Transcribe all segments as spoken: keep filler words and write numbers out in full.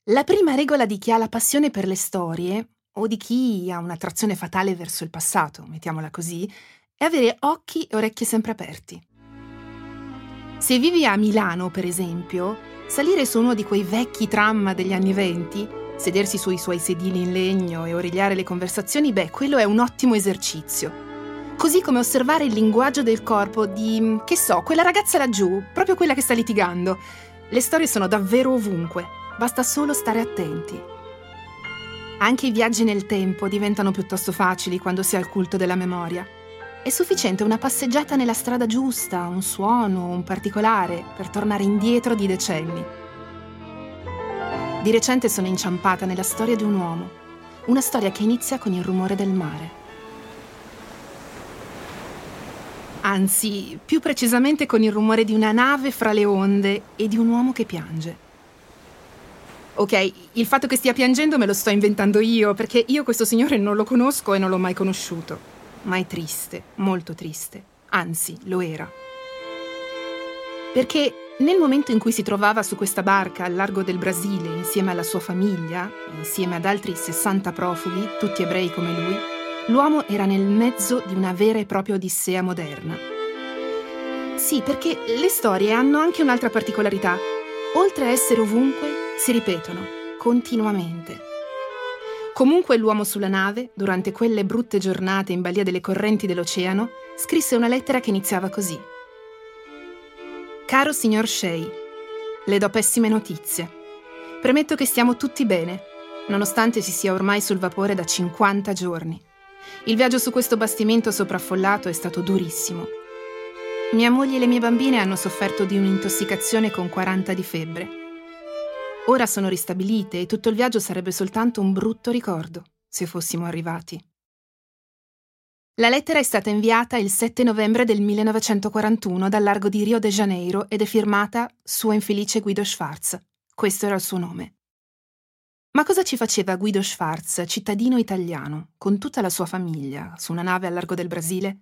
La prima regola di chi ha la passione per le storie, o di chi ha un'attrazione fatale verso il passato, mettiamola così, è avere occhi e orecchie sempre aperti. Se vivi a Milano, per esempio, salire su uno di quei vecchi tram degli anni venti, sedersi sui suoi sedili in legno e origliare le conversazioni, beh, quello è un ottimo esercizio. Così come osservare il linguaggio del corpo di, che so, quella ragazza laggiù, proprio quella che sta litigando. Le storie sono davvero ovunque, basta solo stare attenti. Anche i viaggi nel tempo diventano piuttosto facili quando si ha il culto della memoria. È sufficiente una passeggiata nella strada giusta, un suono, un particolare, per tornare indietro di decenni. Di recente sono inciampata nella storia di un uomo, una storia che inizia con il rumore del mare. Anzi, più precisamente con il rumore di una nave fra le onde e di un uomo che piange. Ok, il fatto che stia piangendo me lo sto inventando io, perché io questo signore non lo conosco e non l'ho mai conosciuto. Ma è triste, molto triste. Anzi, lo era. Perché nel momento in cui si trovava su questa barca al largo del Brasile insieme alla sua famiglia, insieme ad altri sessanta profughi, tutti ebrei come lui, l'uomo era nel mezzo di una vera e propria odissea moderna. Sì, perché le storie hanno anche un'altra particolarità. Oltre a essere ovunque, si ripetono, continuamente. Comunque l'uomo sulla nave, durante quelle brutte giornate in balia delle correnti dell'oceano, scrisse una lettera che iniziava così. Caro signor Shea, le do pessime notizie. Premetto che stiamo tutti bene, nonostante si sia ormai sul vapore da cinquanta giorni. Il viaggio su questo bastimento sopraffollato è stato durissimo. Mia moglie e le mie bambine hanno sofferto di un'intossicazione con quaranta di febbre. Ora sono ristabilite e tutto il viaggio sarebbe soltanto un brutto ricordo, se fossimo arrivati. La lettera è stata inviata il sette novembre del millenovecentoquarantuno dal largo di Rio de Janeiro ed è firmata Suo infelice Guido Schwarz. Questo era il suo nome. Ma cosa ci faceva Guido Schwarz, cittadino italiano, con tutta la sua famiglia, su una nave al largo del Brasile?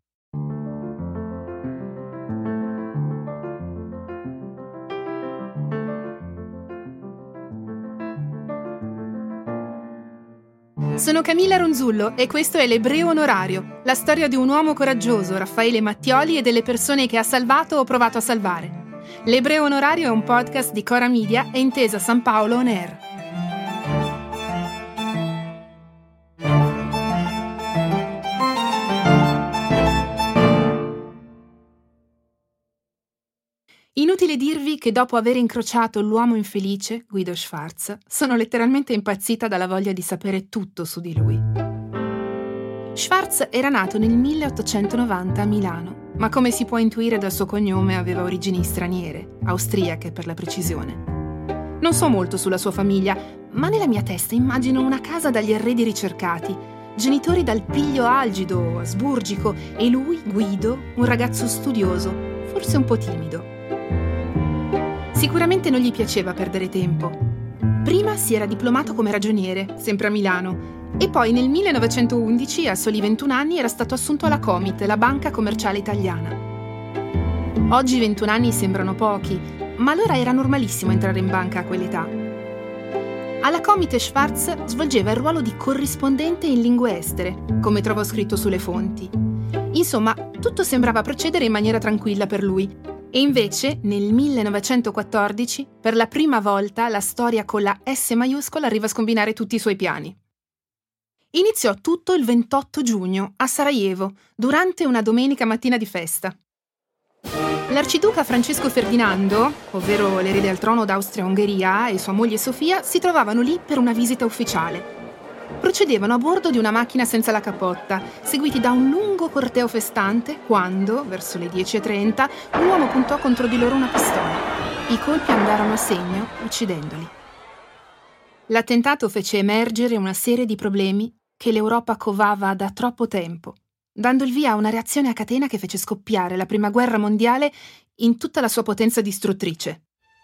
Sono Camilla Ronzullo e questo è l'Ebreo Onorario, la storia di un uomo coraggioso, Raffaele Mattioli, e delle persone che ha salvato o provato a salvare. L'Ebreo Onorario è un podcast di Cora Media e Intesa San Paolo On Air. Inutile dirvi che dopo aver incrociato l'uomo infelice, Guido Schwarz, sono letteralmente impazzita dalla voglia di sapere tutto su di lui. Schwarz era nato nel milleottocentonovanta a Milano, ma come si può intuire dal suo cognome aveva origini straniere, austriache per la precisione. Non so molto sulla sua famiglia, ma nella mia testa immagino una casa dagli arredi ricercati, genitori dal piglio algido, asburgico, e lui, Guido, un ragazzo studioso, forse un po' timido. Sicuramente non gli piaceva perdere tempo. Prima si era diplomato come ragioniere, sempre a Milano, e poi nel millenovecentoundici, a soli ventuno anni, era stato assunto alla Comit, la banca commerciale italiana. Oggi ventuno anni sembrano pochi, ma allora era normalissimo entrare in banca a quell'età. Alla Comit Schwarz svolgeva il ruolo di corrispondente in lingue estere, come trovo scritto sulle fonti. Insomma, tutto sembrava procedere in maniera tranquilla per lui. E invece, nel millenovecentoquattordici, per la prima volta, la storia con la S maiuscola arriva a scombinare tutti i suoi piani. Iniziò tutto il ventotto giugno, a Sarajevo, durante una domenica mattina di festa. L'arciduca Francesco Ferdinando, ovvero l'erede al trono d'Austria-Ungheria, e sua moglie Sofia si trovavano lì per una visita ufficiale. Procedevano a bordo di una macchina senza la cappotta, seguiti da un lungo corteo festante, quando, verso le dieci e trenta, un uomo puntò contro di loro una pistola. I colpi andarono a segno, uccidendoli. L'attentato fece emergere una serie di problemi che l'Europa covava da troppo tempo, dando il via a una reazione a catena che fece scoppiare la Prima Guerra Mondiale in tutta la sua potenza distruttrice.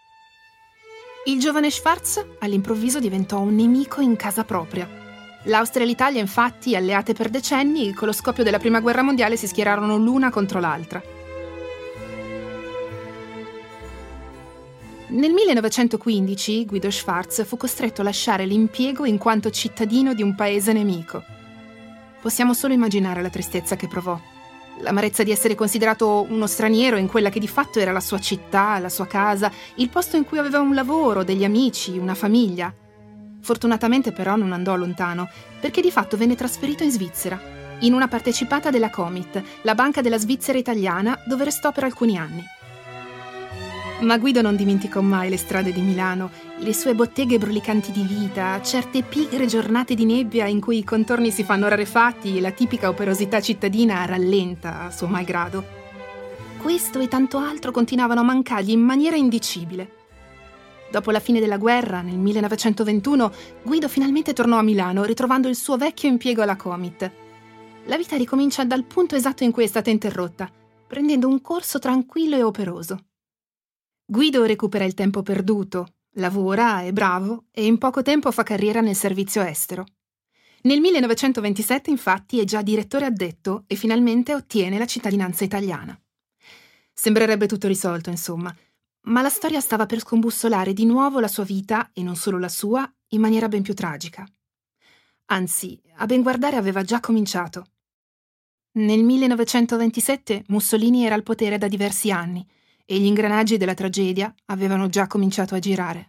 Il giovane Schwarz all'improvviso diventò un nemico in casa propria. L'Austria e l'Italia, infatti, alleate per decenni, con lo scoppio della Prima Guerra Mondiale si schierarono l'una contro l'altra. Nel millenovecentoquindici Guido Schwarz fu costretto a lasciare l'impiego in quanto cittadino di un paese nemico. Possiamo solo immaginare la tristezza che provò. L'amarezza di essere considerato uno straniero in quella che di fatto era la sua città, la sua casa, il posto in cui aveva un lavoro, degli amici, una famiglia. Fortunatamente però non andò lontano, perché di fatto venne trasferito in Svizzera, in una partecipata della Comit, la banca della Svizzera italiana, dove restò per alcuni anni. Ma Guido non dimenticò mai le strade di Milano, le sue botteghe brulicanti di vita, certe pigre giornate di nebbia in cui i contorni si fanno rarefatti e la tipica operosità cittadina rallenta a suo malgrado. Questo e tanto altro continuavano a mancargli in maniera indicibile. Dopo la fine della guerra, nel millenovecentoventuno, Guido finalmente tornò a Milano, ritrovando il suo vecchio impiego alla Comit. La vita ricomincia dal punto esatto in cui è stata interrotta, prendendo un corso tranquillo e operoso. Guido recupera il tempo perduto, lavora, è bravo e in poco tempo fa carriera nel servizio estero. Nel millenovecentoventisette, infatti, è già direttore addetto e finalmente ottiene la cittadinanza italiana. Sembrerebbe tutto risolto, insomma, ma la storia stava per scombussolare di nuovo la sua vita, e non solo la sua, in maniera ben più tragica. Anzi, a ben guardare aveva già cominciato. Nel millenovecentoventisette Mussolini era al potere da diversi anni, e gli ingranaggi della tragedia avevano già cominciato a girare.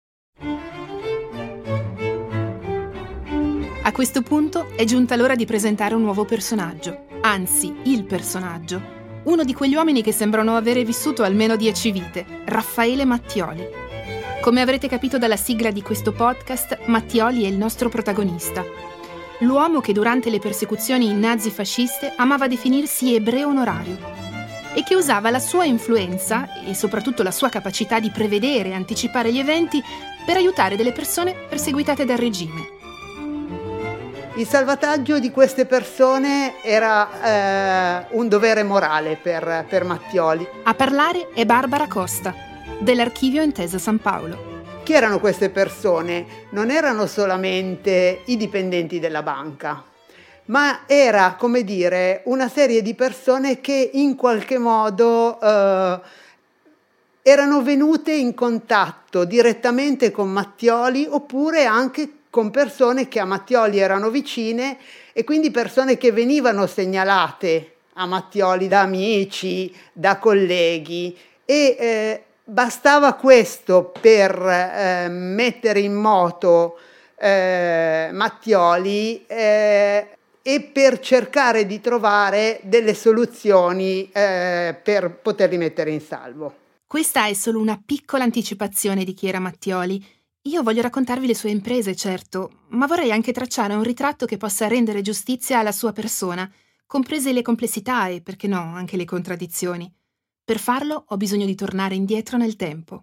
A questo punto è giunta l'ora di presentare un nuovo personaggio, anzi il personaggio, uno di quegli uomini che sembrano avere vissuto almeno dieci vite, Raffaele Mattioli. Come avrete capito dalla sigla di questo podcast, Mattioli è il nostro protagonista. L'uomo che durante le persecuzioni nazi-fasciste amava definirsi ebreo onorario, e che usava la sua influenza e soprattutto la sua capacità di prevedere e anticipare gli eventi per aiutare delle persone perseguitate dal regime. Il salvataggio di queste persone era eh, un dovere morale per, per Mattioli. A parlare è Barbara Costa, dell'Archivio Intesa San Paolo. Chi erano queste persone? Non erano solamente i dipendenti della banca, ma era, come dire, una serie di persone che in qualche modo eh, erano venute in contatto direttamente con Mattioli, oppure anche con persone che a Mattioli erano vicine, e quindi persone che venivano segnalate a Mattioli da amici, da colleghi, e eh, bastava questo per eh, mettere in moto eh, Mattioli eh, e per cercare di trovare delle soluzioni eh, per poterli mettere in salvo. Questa è solo una piccola anticipazione di chi era Mattioli. Io voglio raccontarvi le sue imprese, certo, ma vorrei anche tracciare un ritratto che possa rendere giustizia alla sua persona, comprese le complessità e, perché no, anche le contraddizioni. Per farlo ho bisogno di tornare indietro nel tempo.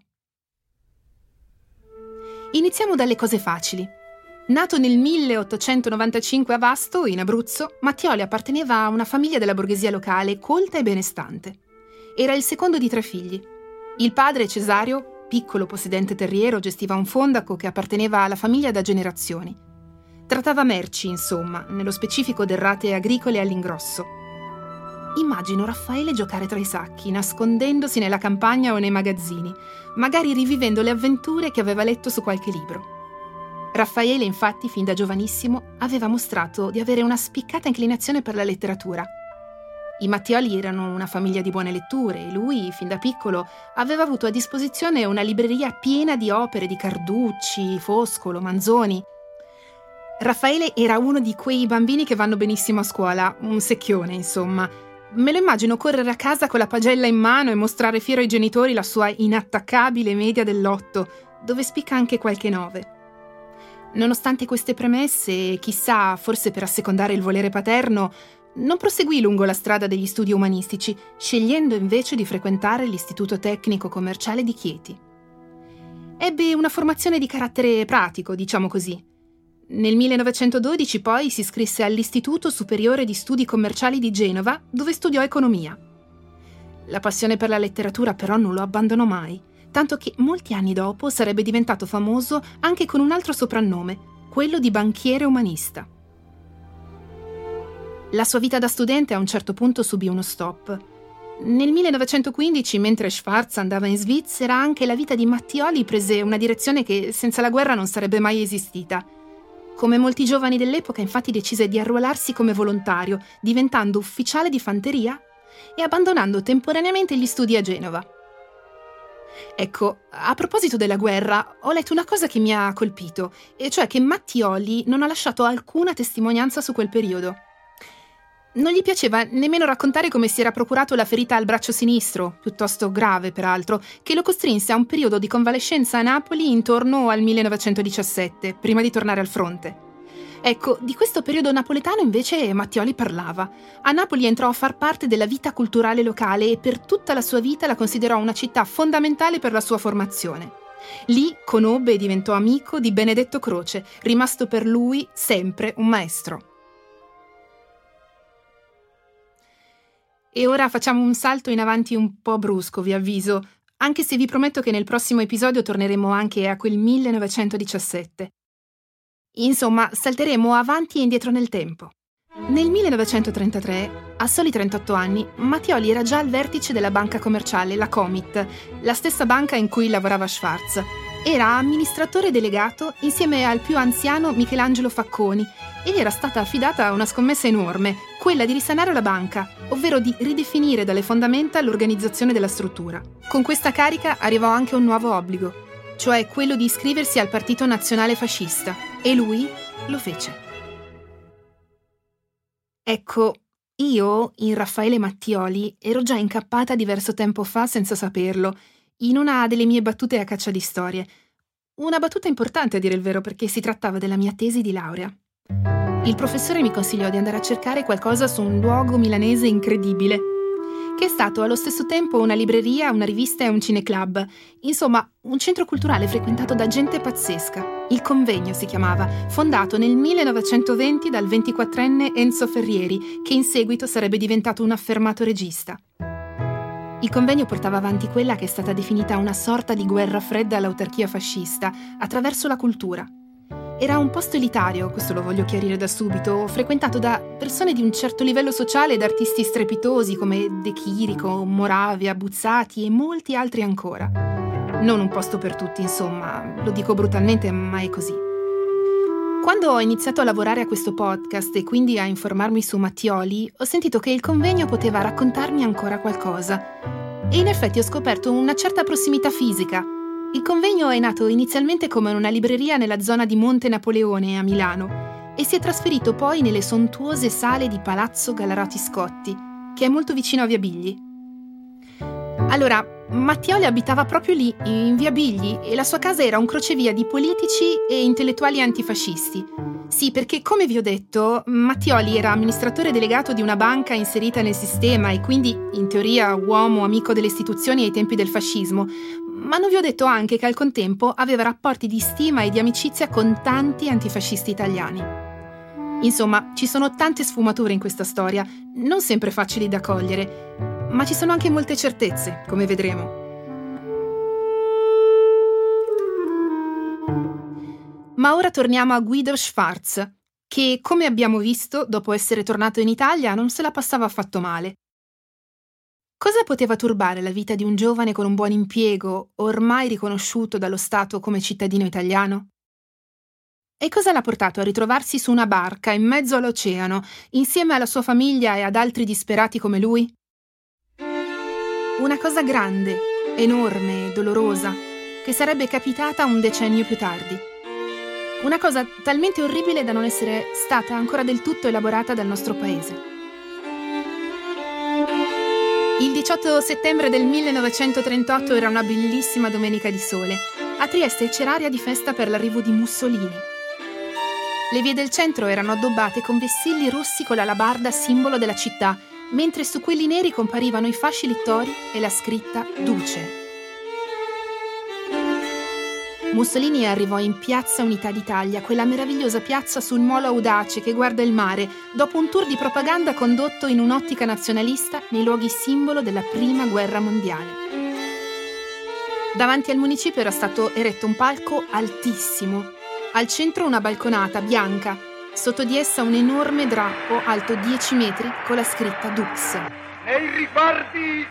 Iniziamo dalle cose facili. Nato nel milleottocentonovantacinque a Vasto, in Abruzzo, Mattioli apparteneva a una famiglia della borghesia locale colta e benestante. Era il secondo di tre figli. Il padre, Cesario, piccolo possedente terriero, gestiva un fondaco che apparteneva alla famiglia da generazioni. Trattava merci, insomma, nello specifico derrate agricole all'ingrosso. Immagino Raffaele giocare tra i sacchi, nascondendosi nella campagna o nei magazzini, magari rivivendo le avventure che aveva letto su qualche libro. Raffaele, infatti, fin da giovanissimo, aveva mostrato di avere una spiccata inclinazione per la letteratura. I Mattioli erano una famiglia di buone letture e lui, fin da piccolo, aveva avuto a disposizione una libreria piena di opere di Carducci, Foscolo, Manzoni. Raffaele era uno di quei bambini che vanno benissimo a scuola, un secchione, insomma. Me lo immagino correre a casa con la pagella in mano e mostrare fiero ai genitori la sua inattaccabile media dell'otto, dove spicca anche qualche nove. Nonostante queste premesse, chissà, forse per assecondare il volere paterno, non proseguì lungo la strada degli studi umanistici, scegliendo invece di frequentare l'Istituto Tecnico Commerciale di Chieti. Ebbe una formazione di carattere pratico, diciamo così. Nel millenovecentododici poi si iscrisse all'Istituto Superiore di Studi Commerciali di Genova, dove studiò economia. La passione per la letteratura però non lo abbandonò mai, tanto che molti anni dopo sarebbe diventato famoso anche con un altro soprannome, quello di banchiere umanista. La sua vita da studente a un certo punto subì uno stop. Nel millenovecentoquindici, mentre Schwarz andava in Svizzera, anche la vita di Mattioli prese una direzione che senza la guerra non sarebbe mai esistita. Come molti giovani dell'epoca, infatti, decise di arruolarsi come volontario, diventando ufficiale di fanteria e abbandonando temporaneamente gli studi a Genova. Ecco, a proposito della guerra, ho letto una cosa che mi ha colpito, e cioè che Mattioli non ha lasciato alcuna testimonianza su quel periodo. Non gli piaceva nemmeno raccontare come si era procurato la ferita al braccio sinistro, piuttosto grave peraltro, che lo costrinse a un periodo di convalescenza a Napoli intorno al millenovecentodiciassette, prima di tornare al fronte. Ecco, di questo periodo napoletano invece Mattioli parlava. A Napoli entrò a far parte della vita culturale locale e per tutta la sua vita la considerò una città fondamentale per la sua formazione. Lì conobbe e diventò amico di Benedetto Croce, rimasto per lui sempre un maestro. E ora facciamo un salto in avanti un po' brusco, vi avviso, anche se vi prometto che nel prossimo episodio torneremo anche a quel millenovecentodiciassette. Insomma, salteremo avanti e indietro nel tempo. Nel millenovecentotrentatré, a soli trentotto anni, Mattioli era già al vertice della banca commerciale, la Comit, la stessa banca in cui lavorava Schwarz. Era amministratore delegato insieme al più anziano Michelangelo Facconi e gli era stata affidata una scommessa enorme, quella di risanare la banca, ovvero di ridefinire dalle fondamenta l'organizzazione della struttura. Con questa carica arrivò anche un nuovo obbligo, cioè quello di iscriversi al Partito Nazionale Fascista, e lui lo fece. Ecco, io, in Raffaele Mattioli, ero già incappata diverso tempo fa senza saperlo, in una delle mie battute a caccia di storie. Una battuta importante, a dire il vero, perché si trattava della mia tesi di laurea. Il professore mi consigliò di andare a cercare qualcosa su un luogo milanese incredibile, che è stato allo stesso tempo una libreria, una rivista e un cineclub. Insomma, un centro culturale frequentato da gente pazzesca. Il Convegno si chiamava, fondato nel millenovecentoventi dal ventiquattrenne Enzo Ferrieri, che in seguito sarebbe diventato un affermato regista. Il Convegno portava avanti quella che è stata definita una sorta di guerra fredda all'autarchia fascista, attraverso la cultura. Era un posto elitario, questo lo voglio chiarire da subito, frequentato da persone di un certo livello sociale ed artisti strepitosi come De Chirico, Moravia, Buzzati e molti altri ancora. Non un posto per tutti, insomma, lo dico brutalmente, ma è così. Quando ho iniziato a lavorare a questo podcast e quindi a informarmi su Mattioli, ho sentito che il Convegno poteva raccontarmi ancora qualcosa. E in effetti ho scoperto una certa prossimità fisica. Il Convegno è nato inizialmente come una libreria nella zona di Monte Napoleone a Milano e si è trasferito poi nelle sontuose sale di Palazzo Gallarati Scotti, che è molto vicino a Via Bigli. Allora, Mattioli abitava proprio lì, in Via Bigli, e la sua casa era un crocevia di politici e intellettuali antifascisti. Sì, perché come vi ho detto, Mattioli era amministratore delegato di una banca inserita nel sistema e quindi, in teoria, uomo amico delle istituzioni ai tempi del fascismo. Ma non vi ho detto anche che al contempo aveva rapporti di stima e di amicizia con tanti antifascisti italiani. Insomma, ci sono tante sfumature in questa storia, non sempre facili da cogliere, ma ci sono anche molte certezze, come vedremo. Ma ora torniamo a Guido Schwarz, che, come abbiamo visto, dopo essere tornato in Italia, non se la passava affatto male. Cosa poteva turbare la vita di un giovane con un buon impiego, ormai riconosciuto dallo Stato come cittadino italiano? E cosa l'ha portato a ritrovarsi su una barca in mezzo all'oceano, insieme alla sua famiglia e ad altri disperati come lui? Una cosa grande, enorme e dolorosa, che sarebbe capitata un decennio più tardi. Una cosa talmente orribile da non essere stata ancora del tutto elaborata dal nostro paese. Il diciotto settembre del millenovecentotrentotto era una bellissima domenica di sole. A Trieste c'era aria di festa per l'arrivo di Mussolini. Le vie del centro erano addobbate con vessilli rossi con l'alabarda simbolo della città, mentre su quelli neri comparivano i fasci littori e la scritta Duce. Mussolini arrivò in Piazza Unità d'Italia, quella meravigliosa piazza sul molo audace che guarda il mare, dopo un tour di propaganda condotto in un'ottica nazionalista nei luoghi simbolo della Prima Guerra Mondiale. Davanti al municipio era stato eretto un palco altissimo. Al centro una balconata bianca, sotto di essa un enorme drappo alto dieci metri con la scritta Dux. nei riguardi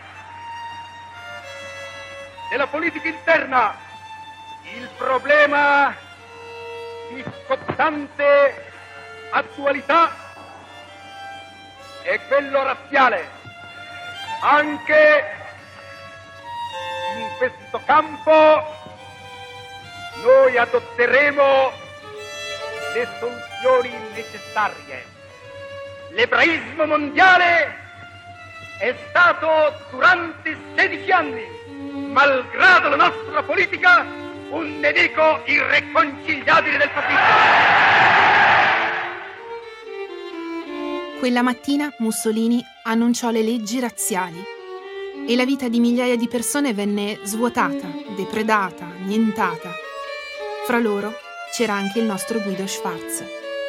della politica interna, il problema di scottante attualità è quello razziale. Anche in questo campo noi adotteremo le soluzioni necessarie. L'ebraismo mondiale è stato durante sedici anni, malgrado la nostra politica, un nemico irreconciliabile del fascismo. Quella mattina Mussolini annunciò le leggi razziali e la vita di migliaia di persone venne svuotata, depredata, annientata. Fra loro c'era anche il nostro Guido Schwarz.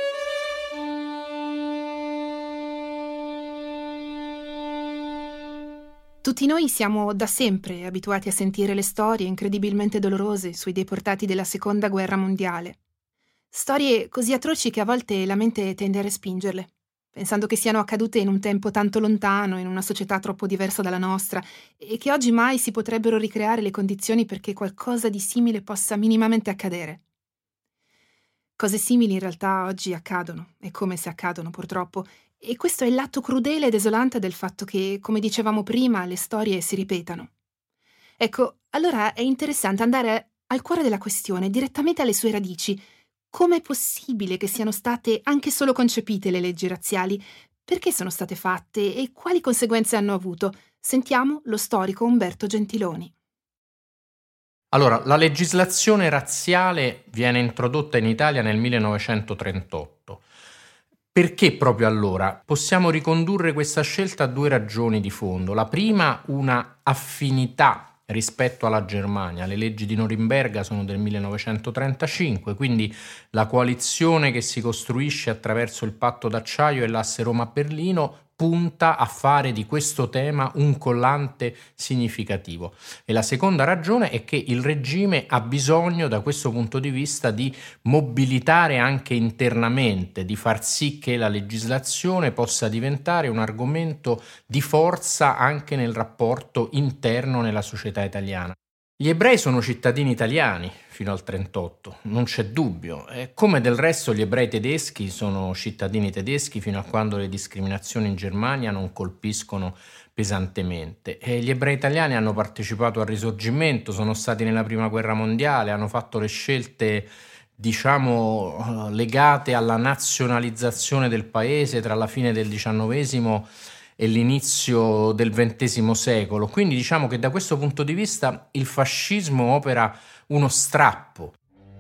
Tutti noi siamo da sempre abituati a sentire le storie incredibilmente dolorose sui deportati della Seconda Guerra Mondiale. Storie così atroci che a volte la mente tende a respingerle, pensando che siano accadute in un tempo tanto lontano, in una società troppo diversa dalla nostra, e che oggi mai si potrebbero ricreare le condizioni perché qualcosa di simile possa minimamente accadere. Cose simili in realtà oggi accadono, e come se accadono purtroppo, e questo è il lato crudele e desolante del fatto che, come dicevamo prima, le storie si ripetano. Ecco, allora è interessante andare al cuore della questione, direttamente alle sue radici. Com'è possibile che siano state anche solo concepite le leggi razziali? Perché sono state fatte e quali conseguenze hanno avuto? Sentiamo lo storico Umberto Gentiloni. Allora, la legislazione razziale viene introdotta in Italia nel millenovecentotrentotto. Perché proprio allora? Possiamo ricondurre questa scelta a due ragioni di fondo. La prima, una affinità rispetto alla Germania. Le leggi di Norimberga sono del millenovecentotrentacinque, quindi la coalizione che si costruisce attraverso il patto d'acciaio e l'asse Roma-Berlino punta a fare di questo tema un collante significativo. E la seconda ragione è che il regime ha bisogno, da questo punto di vista, di mobilitare anche internamente, di far sì che la legislazione possa diventare un argomento di forza anche nel rapporto interno nella società italiana. Gli ebrei sono cittadini italiani fino al trentotto, non c'è dubbio, e come del resto gli ebrei tedeschi sono cittadini tedeschi fino a quando le discriminazioni in Germania non colpiscono pesantemente. E gli ebrei italiani hanno partecipato al Risorgimento, sono stati nella Prima Guerra Mondiale, hanno fatto le scelte, diciamo, legate alla nazionalizzazione del paese tra la fine del diciannovesimo e l'inizio del ventesimo secolo. Quindi diciamo che da questo punto di vista il fascismo opera uno strappo.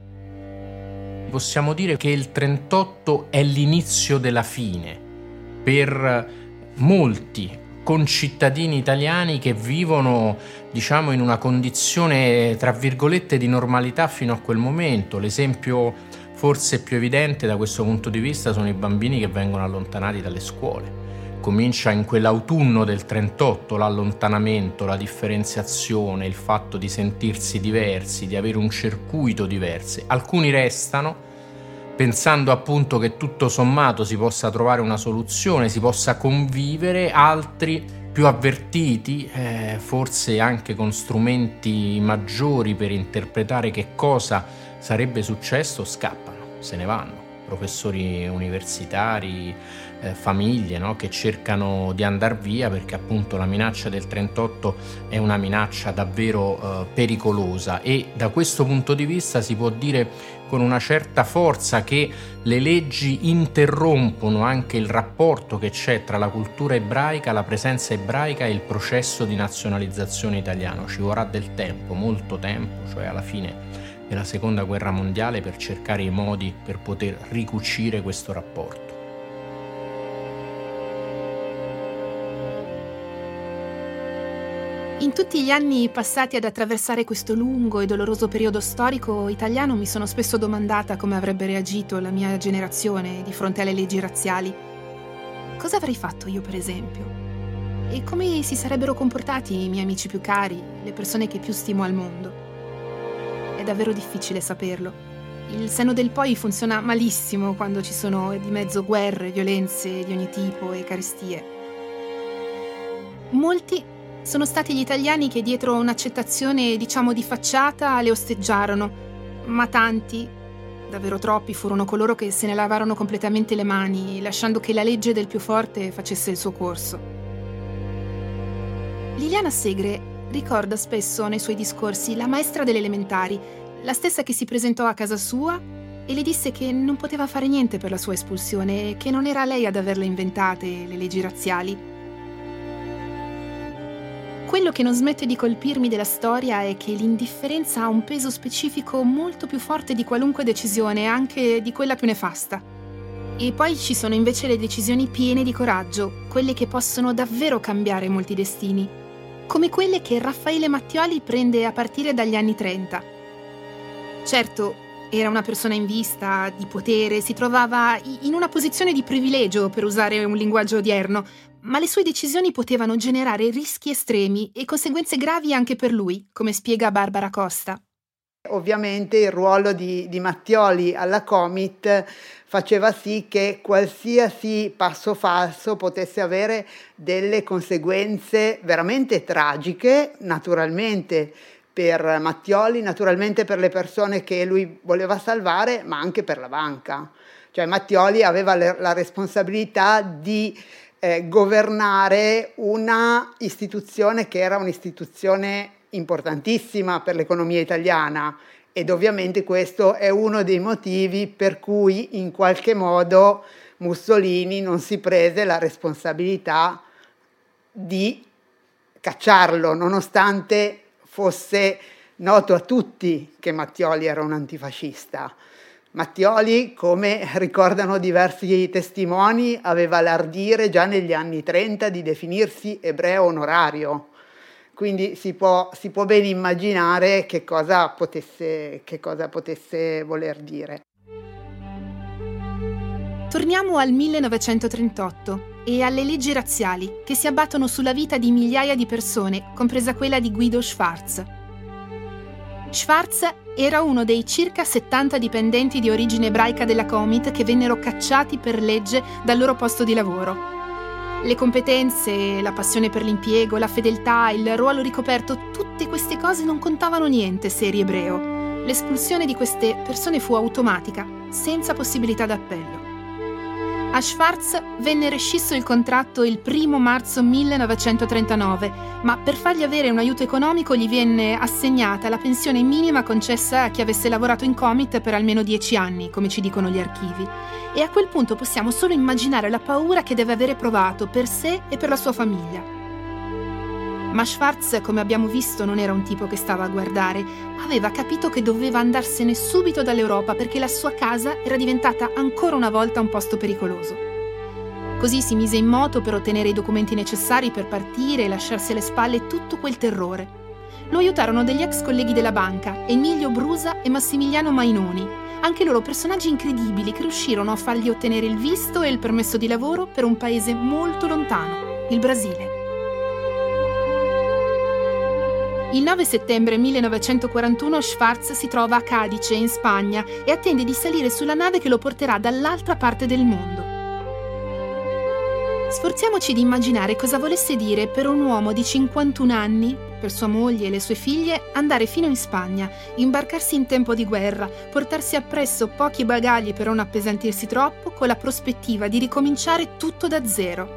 Possiamo dire che il trentotto è l'inizio della fine per molti concittadini italiani che vivono, diciamo, in una condizione tra virgolette di normalità fino a quel momento. L'esempio forse più evidente da questo punto di vista sono i bambini che vengono allontanati dalle scuole. Comincia in quell'autunno del trentotto l'allontanamento, la differenziazione, il fatto di sentirsi diversi, di avere un circuito diverso. Alcuni restano, pensando appunto che tutto sommato si possa trovare una soluzione, si possa convivere, altri più avvertiti, eh, forse anche con strumenti maggiori per interpretare che cosa sarebbe successo, scappano, se ne vanno. Professori universitari, eh, famiglie, no? Che cercano di andar via perché appunto la minaccia del trentotto è una minaccia davvero eh, pericolosa, e da questo punto di vista si può dire con una certa forza che le leggi interrompono anche il rapporto che c'è tra la cultura ebraica, la presenza ebraica e il processo di nazionalizzazione italiano. Ci vorrà del tempo, molto tempo, cioè alla fine della Seconda Guerra Mondiale, per cercare i modi per poter ricucire questo rapporto. In tutti gli anni passati ad attraversare questo lungo e doloroso periodo storico italiano mi sono spesso domandata come avrebbe reagito la mia generazione di fronte alle leggi razziali. Cosa avrei fatto io, per esempio? E come si sarebbero comportati i miei amici più cari, le persone che più stimo al mondo? È davvero difficile saperlo. Il senno del poi funziona malissimo quando ci sono di mezzo guerre, violenze di ogni tipo e carestie. Molti sono stati gli italiani che dietro un'accettazione, diciamo, di facciata le osteggiarono, ma tanti, davvero troppi, furono coloro che se ne lavarono completamente le mani, lasciando che la legge del più forte facesse il suo corso. Liliana Segre ricorda spesso nei suoi discorsi la maestra delle elementari, la stessa che si presentò a casa sua e le disse che non poteva fare niente per la sua espulsione e che non era lei ad averle inventate le leggi razziali. Quello che non smette di colpirmi della storia è che l'indifferenza ha un peso specifico molto più forte di qualunque decisione, anche di quella più nefasta. E poi ci sono invece le decisioni piene di coraggio, quelle che possono davvero cambiare molti destini, come quelle che Raffaele Mattioli prende a partire dagli anni trenta. Certo, era una persona in vista, di potere, si trovava in una posizione di privilegio, per usare un linguaggio odierno, ma le sue decisioni potevano generare rischi estremi e conseguenze gravi anche per lui, come spiega Barbara Costa. Ovviamente il ruolo di, di Mattioli alla Comit faceva sì che qualsiasi passo falso potesse avere delle conseguenze veramente tragiche, naturalmente per Mattioli, naturalmente per le persone che lui voleva salvare, ma anche per la banca. Cioè Mattioli aveva le, la responsabilità di eh, governare una istituzione che era un'istituzione importantissima per l'economia italiana, ed ovviamente questo è uno dei motivi per cui in qualche modo Mussolini non si prese la responsabilità di cacciarlo, nonostante fosse noto a tutti che Mattioli era un antifascista. Mattioli, come ricordano diversi testimoni, aveva l'ardire già negli anni trenta di definirsi ebreo onorario. Quindi si può, si può ben immaginare che cosa potesse, che cosa potesse voler dire. Torniamo al millenovecentotrentotto e alle leggi razziali che si abbattono sulla vita di migliaia di persone, compresa quella di Guido Schwarz. Schwarz era uno dei circa settanta dipendenti di origine ebraica della Comit che vennero cacciati per legge dal loro posto di lavoro. Le competenze, la passione per l'impiego, la fedeltà, il ruolo ricoperto, tutte queste cose non contavano niente se eri ebreo. L'espulsione di queste persone fu automatica, senza possibilità d'appello. A Schwarz venne rescisso il contratto il primo marzo millenovecentotrentanove, ma per fargli avere un aiuto economico gli venne assegnata la pensione minima concessa a chi avesse lavorato in Comit per almeno dieci anni, come ci dicono gli archivi. E a quel punto possiamo solo immaginare la paura che deve avere provato per sé e per la sua famiglia. Ma Schwarz, come abbiamo visto, non era un tipo che stava a guardare. Aveva capito che doveva andarsene subito dall'Europa perché la sua casa era diventata ancora una volta un posto pericoloso. Così si mise in moto per ottenere i documenti necessari per partire e lasciarsi alle spalle tutto quel terrore. Lo aiutarono degli ex colleghi della banca, Emilio Brusa e Massimiliano Mainoni, anche loro personaggi incredibili che riuscirono a fargli ottenere il visto e il permesso di lavoro per un paese molto lontano, il Brasile. Il nove settembre millenovecentoquarantuno Schwarz si trova a Cadice, in Spagna, e attende di salire sulla nave che lo porterà dall'altra parte del mondo. Sforziamoci di immaginare cosa volesse dire per un uomo di cinquantuno anni, per sua moglie e le sue figlie, andare fino in Spagna, imbarcarsi in tempo di guerra, portarsi appresso pochi bagagli per non appesantirsi troppo, con la prospettiva di ricominciare tutto da zero.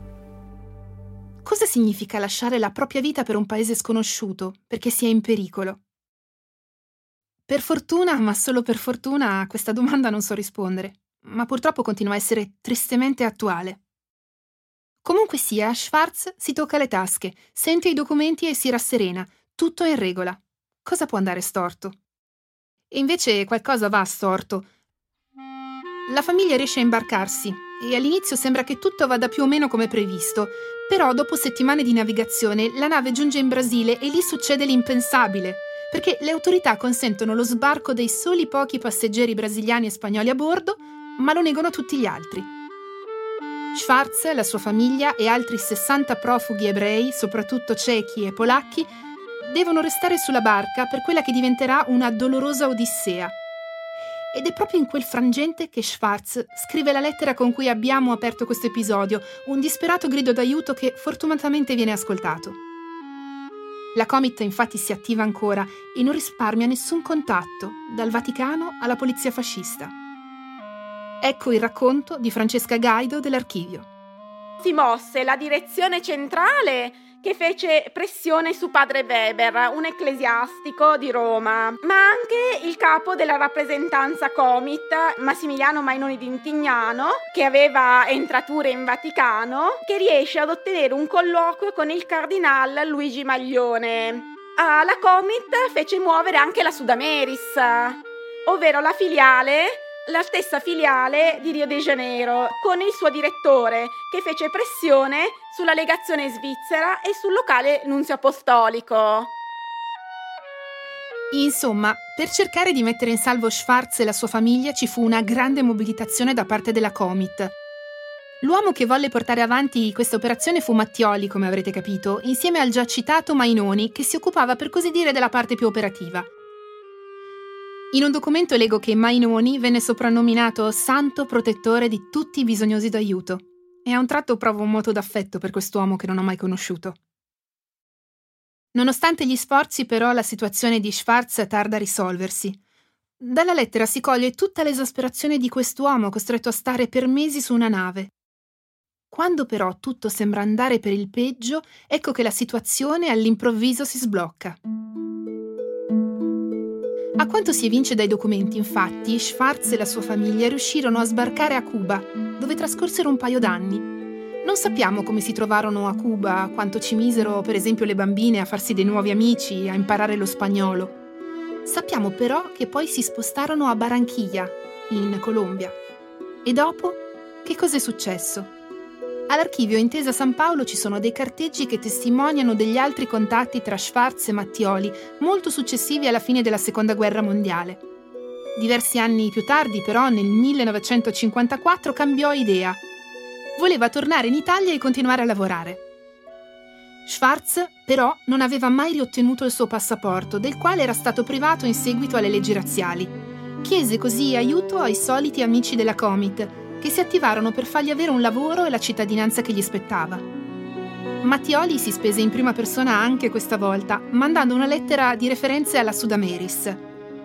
Cosa significa lasciare la propria vita per un paese sconosciuto, perché si è in pericolo? Per fortuna, ma solo per fortuna, a questa domanda non so rispondere, ma purtroppo continua a essere tristemente attuale. Comunque sia, Schwarz si tocca le tasche, sente i documenti e si rasserena, tutto è in regola. Cosa può andare storto? E invece qualcosa va storto. La famiglia riesce a imbarcarsi e all'inizio sembra che tutto vada più o meno come previsto, però dopo settimane di navigazione la nave giunge in Brasile e lì succede l'impensabile, perché le autorità consentono lo sbarco dei soli pochi passeggeri brasiliani e spagnoli a bordo, ma lo negano tutti gli altri. Schwarz, la sua famiglia e altri sessanta profughi ebrei, soprattutto cechi e polacchi, devono restare sulla barca per quella che diventerà una dolorosa odissea. Ed è proprio in quel frangente che Schwartz scrive la lettera con cui abbiamo aperto questo episodio, un disperato grido d'aiuto che fortunatamente viene ascoltato. La Comit infatti si attiva ancora e non risparmia nessun contatto, dal Vaticano alla polizia fascista. Ecco il racconto di Francesca Gaido dell'Archivio. Si mosse la direzione centrale che fece pressione su padre Weber, un ecclesiastico di Roma, ma anche il capo della rappresentanza Comit, Massimiliano Mainoni d'Intignano, che aveva entrature in Vaticano, che riesce ad ottenere un colloquio con il cardinal Luigi Maglione. Ah, la Comit fece muovere anche la Sudameris, ovvero la filiale la stessa filiale di Rio de Janeiro, con il suo direttore, che fece pressione sulla legazione svizzera e sul locale nunzio apostolico. Insomma, per cercare di mettere in salvo Schwartz e la sua famiglia ci fu una grande mobilitazione da parte della Comit. L'uomo che volle portare avanti questa operazione fu Mattioli, come avrete capito, insieme al già citato Mainoni, che si occupava per così dire della parte più operativa. In un documento leggo che Mainoni venne soprannominato santo protettore di tutti i bisognosi d'aiuto, e a un tratto provo un moto d'affetto per quest'uomo che non ho mai conosciuto. Nonostante gli sforzi, però, la situazione di Schwartz tarda a risolversi. Dalla lettera si coglie tutta l'esasperazione di quest'uomo costretto a stare per mesi su una nave. Quando però tutto sembra andare per il peggio, ecco che la situazione all'improvviso si sblocca. A quanto si evince dai documenti, infatti, Schwartz e la sua famiglia riuscirono a sbarcare a Cuba, dove trascorsero un paio d'anni. Non sappiamo come si trovarono a Cuba, quanto ci misero, per esempio, le bambine a farsi dei nuovi amici, a imparare lo spagnolo. Sappiamo però che poi si spostarono a Barranquilla, in Colombia. E dopo, che cos'è successo? All'Archivio Intesa San Paolo ci sono dei carteggi che testimoniano degli altri contatti tra Schwartz e Mattioli, molto successivi alla fine della Seconda Guerra Mondiale. Diversi anni più tardi, però, nel millenovecentocinquantaquattro cambiò idea. Voleva tornare in Italia e continuare a lavorare. Schwartz, però, non aveva mai riottenuto il suo passaporto, del quale era stato privato in seguito alle leggi razziali. Chiese così aiuto ai soliti amici della Comit, che si attivarono per fargli avere un lavoro e la cittadinanza che gli spettava. Mattioli si spese in prima persona anche questa volta, mandando una lettera di referenze alla Sudameris.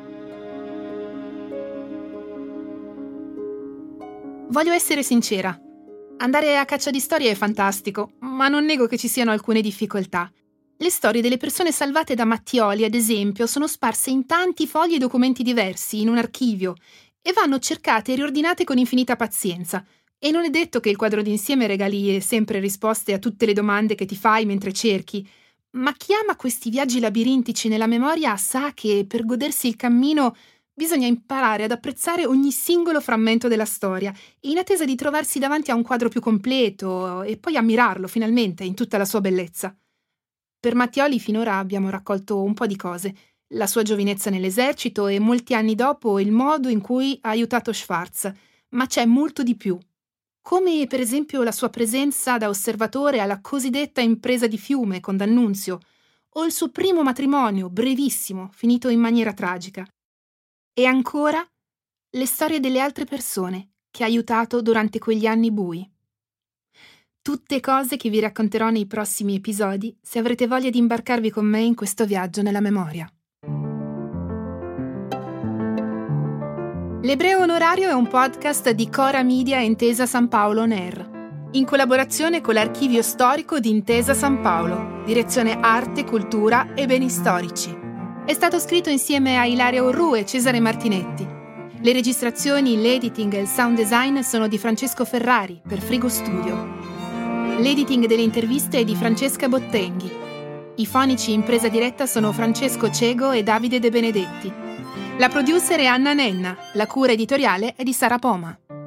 Voglio essere sincera. Andare a caccia di storie è fantastico, ma non nego che ci siano alcune difficoltà. Le storie delle persone salvate da Mattioli, ad esempio, sono sparse in tanti fogli e documenti diversi, in un archivio, e vanno cercate e riordinate con infinita pazienza. E non è detto che il quadro d'insieme regali sempre risposte a tutte le domande che ti fai mentre cerchi, ma chi ama questi viaggi labirintici nella memoria sa che per godersi il cammino bisogna imparare ad apprezzare ogni singolo frammento della storia, in attesa di trovarsi davanti a un quadro più completo e poi ammirarlo finalmente in tutta la sua bellezza. Per Mattioli finora abbiamo raccolto un po' di cose: la sua giovinezza nell'esercito e molti anni dopo il modo in cui ha aiutato Schwartz, ma c'è molto di più. Come per esempio la sua presenza da osservatore alla cosiddetta impresa di Fiume con D'Annunzio, o il suo primo matrimonio, brevissimo, finito in maniera tragica. E ancora le storie delle altre persone che ha aiutato durante quegli anni bui. Tutte cose che vi racconterò nei prossimi episodi se avrete voglia di imbarcarvi con me in questo viaggio nella memoria. L'Ebreo Onorario è un podcast di Cora Media e Intesa San Paolo On Air, in collaborazione con l'Archivio Storico di Intesa San Paolo, Direzione Arte, Cultura e Beni Storici. È stato scritto insieme a Ilaria Orru e Cesare Martinetti. Le registrazioni, l'editing e il sound design sono di Francesco Ferrari per Frigo Studio. L'editing delle interviste è di Francesca Bottenghi. I fonici in presa diretta sono Francesco Cego e Davide De Benedetti. La producer è Anna Nenna, la cura editoriale è di Sara Poma.